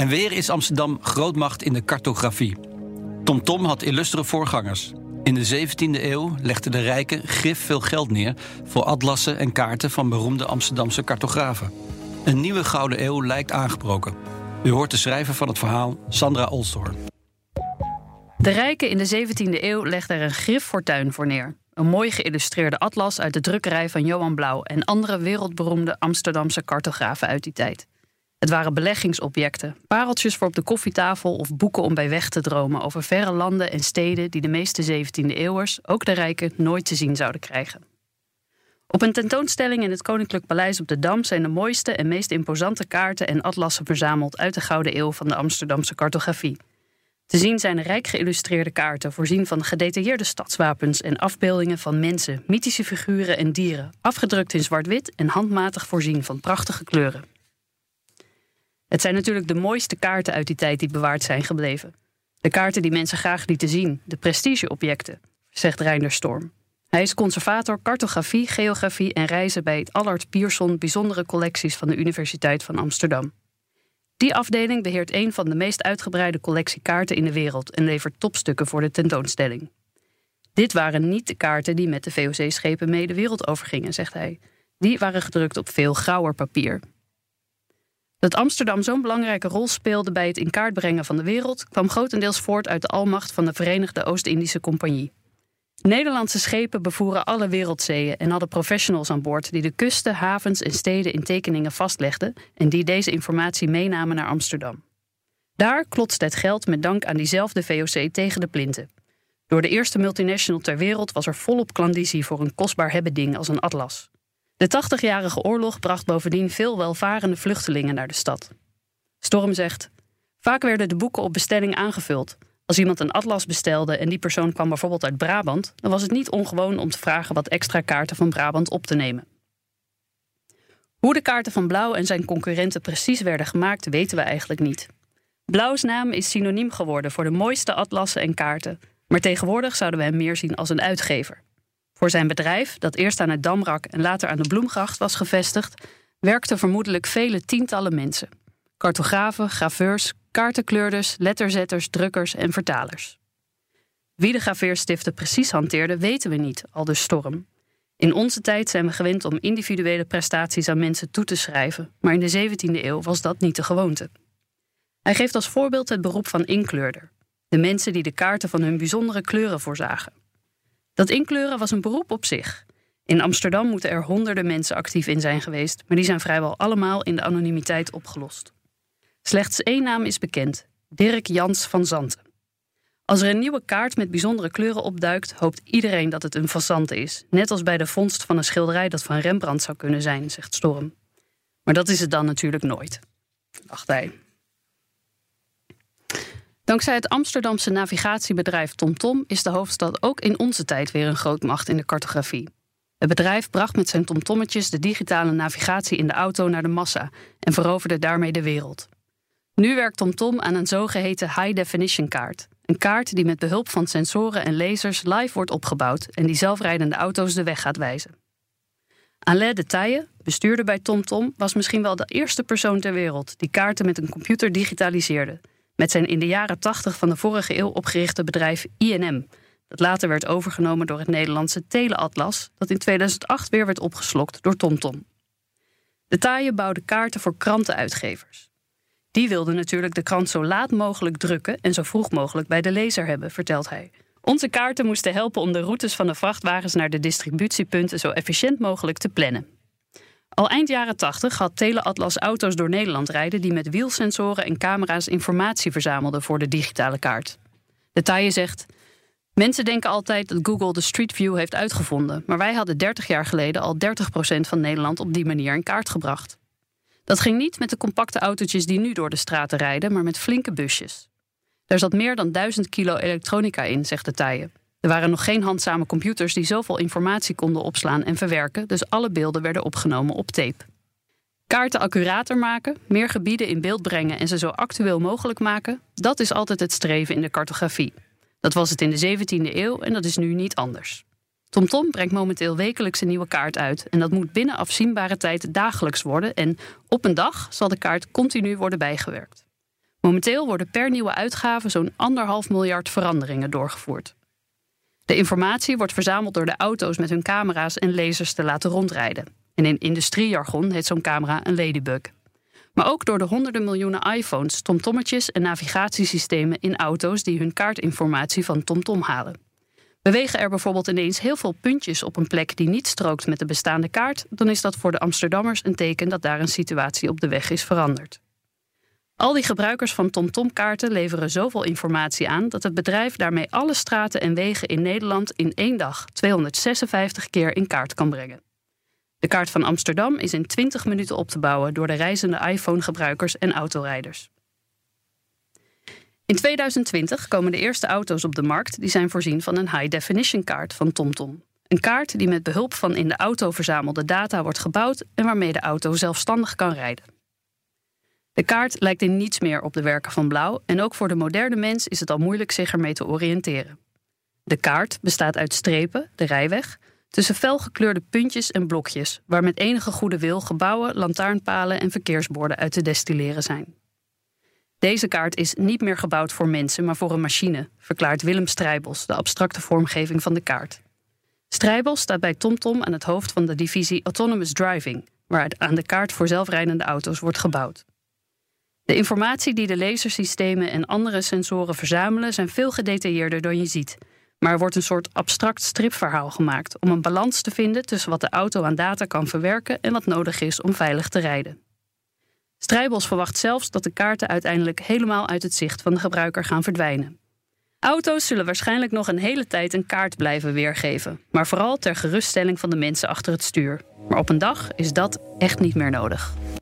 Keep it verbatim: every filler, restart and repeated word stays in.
En weer is Amsterdam grootmacht in de cartografie. TomTom had illustere voorgangers. In de zeventiende eeuw legden de rijken grif veel geld neer voor atlassen en kaarten van beroemde Amsterdamse cartografen. Een nieuwe gouden eeuw lijkt aangebroken. U hoort de schrijver van het verhaal, Sandra Olsthoorn. De rijken in de zeventiende eeuw legden er een grif fortuin voor neer. Een mooi geïllustreerde atlas uit de drukkerij van Johan Blauw en andere wereldberoemde Amsterdamse cartografen uit die tijd. Het waren beleggingsobjecten, pareltjes voor op de koffietafel of boeken om bij weg te dromen over verre landen en steden die de meeste zeventiende eeuwers, ook de rijken, nooit te zien zouden krijgen. Op een tentoonstelling in het Koninklijk Paleis op de Dam zijn de mooiste en meest imposante kaarten en atlassen verzameld uit de Gouden Eeuw van de Amsterdamse cartografie. Te zien zijn rijk geïllustreerde kaarten, voorzien van gedetailleerde stadswapens en afbeeldingen van mensen, mythische figuren en dieren, afgedrukt in zwart-wit en handmatig voorzien van prachtige kleuren. Het zijn natuurlijk de mooiste kaarten uit die tijd die bewaard zijn gebleven. De kaarten die mensen graag lieten zien, de prestigeobjecten, zegt Reinder Storm. Hij is conservator cartografie, geografie en reizen bij het Allard Pierson bijzondere collecties van de Universiteit van Amsterdam. Die afdeling beheert een van de meest uitgebreide collectie kaarten in de wereld en levert topstukken voor de tentoonstelling. Dit waren niet de kaarten die met de V O C-schepen mee de wereld overgingen, zegt hij. Die waren gedrukt op veel grauwer papier. Dat Amsterdam zo'n belangrijke rol speelde bij het in kaart brengen van de wereld kwam grotendeels voort uit de almacht van de Verenigde Oost-Indische Compagnie. Nederlandse schepen bevoeren alle wereldzeeën en hadden professionals aan boord die de kusten, havens en steden in tekeningen vastlegden en die deze informatie meenamen naar Amsterdam. Daar klotste het geld met dank aan diezelfde V O C tegen de plinten. Door de eerste multinational ter wereld was er volop klandizie voor een kostbaar hebbeding als een atlas. De tachtigjarige oorlog bracht bovendien veel welvarende vluchtelingen naar de stad. Storm zegt: vaak werden de boeken op bestelling aangevuld. Als iemand een atlas bestelde en die persoon kwam bijvoorbeeld uit Brabant, dan was het niet ongewoon om te vragen wat extra kaarten van Brabant op te nemen. Hoe de kaarten van Blauw en zijn concurrenten precies werden gemaakt, weten we eigenlijk niet. Blauws naam is synoniem geworden voor de mooiste atlassen en kaarten, maar tegenwoordig zouden we hem meer zien als een uitgever. Voor zijn bedrijf, dat eerst aan het Damrak en later aan de Bloemgracht was gevestigd, werkten vermoedelijk vele tientallen mensen. Cartografen, graveurs, kaartenkleurders, letterzetters, drukkers en vertalers. Wie de graveerstiften precies hanteerde, weten we niet, aldus Storm. In onze tijd zijn we gewend om individuele prestaties aan mensen toe te schrijven, maar in de zeventiende eeuw was dat niet de gewoonte. Hij geeft als voorbeeld het beroep van inkleurder, de mensen die de kaarten van hun bijzondere kleuren voorzagen. Dat inkleuren was een beroep op zich. In Amsterdam moeten er honderden mensen actief in zijn geweest, maar die zijn vrijwel allemaal in de anonimiteit opgelost. Slechts één naam is bekend: Dirk Jans van Zanten. Als er een nieuwe kaart met bijzondere kleuren opduikt, hoopt iedereen dat het een fazante is. Net als bij de vondst van een schilderij dat van Rembrandt zou kunnen zijn, zegt Storm. Maar dat is het dan natuurlijk nooit, dacht hij. Dankzij het Amsterdamse navigatiebedrijf TomTom is de hoofdstad ook in onze tijd weer een grootmacht in de cartografie. Het bedrijf bracht met zijn tomtommetjes de digitale navigatie in de auto naar de massa en veroverde daarmee de wereld. Nu werkt TomTom aan een zogeheten high-definition kaart. Een kaart die met behulp van sensoren en lasers live wordt opgebouwd en die zelfrijdende auto's de weg gaat wijzen. Alain de Taille, bestuurder bij TomTom, was misschien wel de eerste persoon ter wereld die kaarten met een computer digitaliseerde, met zijn in de jaren tachtig van de vorige eeuw opgerichte bedrijf I N M, dat later werd overgenomen door het Nederlandse Teleatlas, dat in tweeduizend acht weer werd opgeslokt door TomTom. De Taille bouwde kaarten voor krantenuitgevers. Die wilden natuurlijk de krant zo laat mogelijk drukken en zo vroeg mogelijk bij de lezer hebben, vertelt hij. Onze kaarten moesten helpen om de routes van de vrachtwagens naar de distributiepunten zo efficiënt mogelijk te plannen. Al eind jaren tachtig had Teleatlas auto's door Nederland rijden die met wielsensoren en camera's informatie verzamelden voor de digitale kaart. De Taille zegt: mensen denken altijd dat Google de Street View heeft uitgevonden, maar wij hadden dertig jaar geleden al dertig procent van Nederland op die manier in kaart gebracht. Dat ging niet met de compacte autootjes die nu door de straten rijden, maar met flinke busjes. Daar zat meer dan duizend kilo elektronica in, zegt de Taille. Er waren nog geen handzame computers die zoveel informatie konden opslaan en verwerken, dus alle beelden werden opgenomen op tape. Kaarten accurater maken, meer gebieden in beeld brengen en ze zo actueel mogelijk maken, dat is altijd het streven in de cartografie. Dat was het in de zeventiende eeuw en dat is nu niet anders. TomTom brengt momenteel wekelijks een nieuwe kaart uit en dat moet binnen afzienbare tijd dagelijks worden en op een dag zal de kaart continu worden bijgewerkt. Momenteel worden per nieuwe uitgave zo'n anderhalf miljard veranderingen doorgevoerd. De informatie wordt verzameld door de auto's met hun camera's en lasers te laten rondrijden. En in industriejargon heet zo'n camera een ladybug. Maar ook door de honderden miljoenen iPhones, tomtommetjes en navigatiesystemen in auto's die hun kaartinformatie van TomTom halen. Bewegen er bijvoorbeeld ineens heel veel puntjes op een plek die niet strookt met de bestaande kaart, dan is dat voor de Amsterdammers een teken dat daar een situatie op de weg is veranderd. Al die gebruikers van TomTom-kaarten leveren zoveel informatie aan dat het bedrijf daarmee alle straten en wegen in Nederland in één dag tweehonderdzesenvijftig keer in kaart kan brengen. De kaart van Amsterdam is in twintig minuten op te bouwen door de reizende iPhone-gebruikers en autorijders. In tweeduizend twintig komen de eerste auto's op de markt die zijn voorzien van een high-definition kaart van TomTom. Een kaart die met behulp van in de auto verzamelde data wordt gebouwd en waarmee de auto zelfstandig kan rijden. De kaart lijkt in niets meer op de werken van Blauw en ook voor de moderne mens is het al moeilijk zich ermee te oriënteren. De kaart bestaat uit strepen, de rijweg, tussen felgekleurde puntjes en blokjes, waar met enige goede wil gebouwen, lantaarnpalen en verkeersborden uit te destilleren zijn. Deze kaart is niet meer gebouwd voor mensen, maar voor een machine, verklaart Willem Strijbos, de abstracte vormgeving van de kaart. Strijbos staat bij TomTom aan het hoofd van de divisie Autonomous Driving, waar aan de kaart voor zelfrijdende auto's wordt gebouwd. De informatie die de lasersystemen en andere sensoren verzamelen zijn veel gedetailleerder dan je ziet. Maar er wordt een soort abstract stripverhaal gemaakt om een balans te vinden tussen wat de auto aan data kan verwerken en wat nodig is om veilig te rijden. Strijbos verwacht zelfs dat de kaarten uiteindelijk helemaal uit het zicht van de gebruiker gaan verdwijnen. Auto's zullen waarschijnlijk nog een hele tijd een kaart blijven weergeven, maar vooral ter geruststelling van de mensen achter het stuur. Maar op een dag is dat echt niet meer nodig.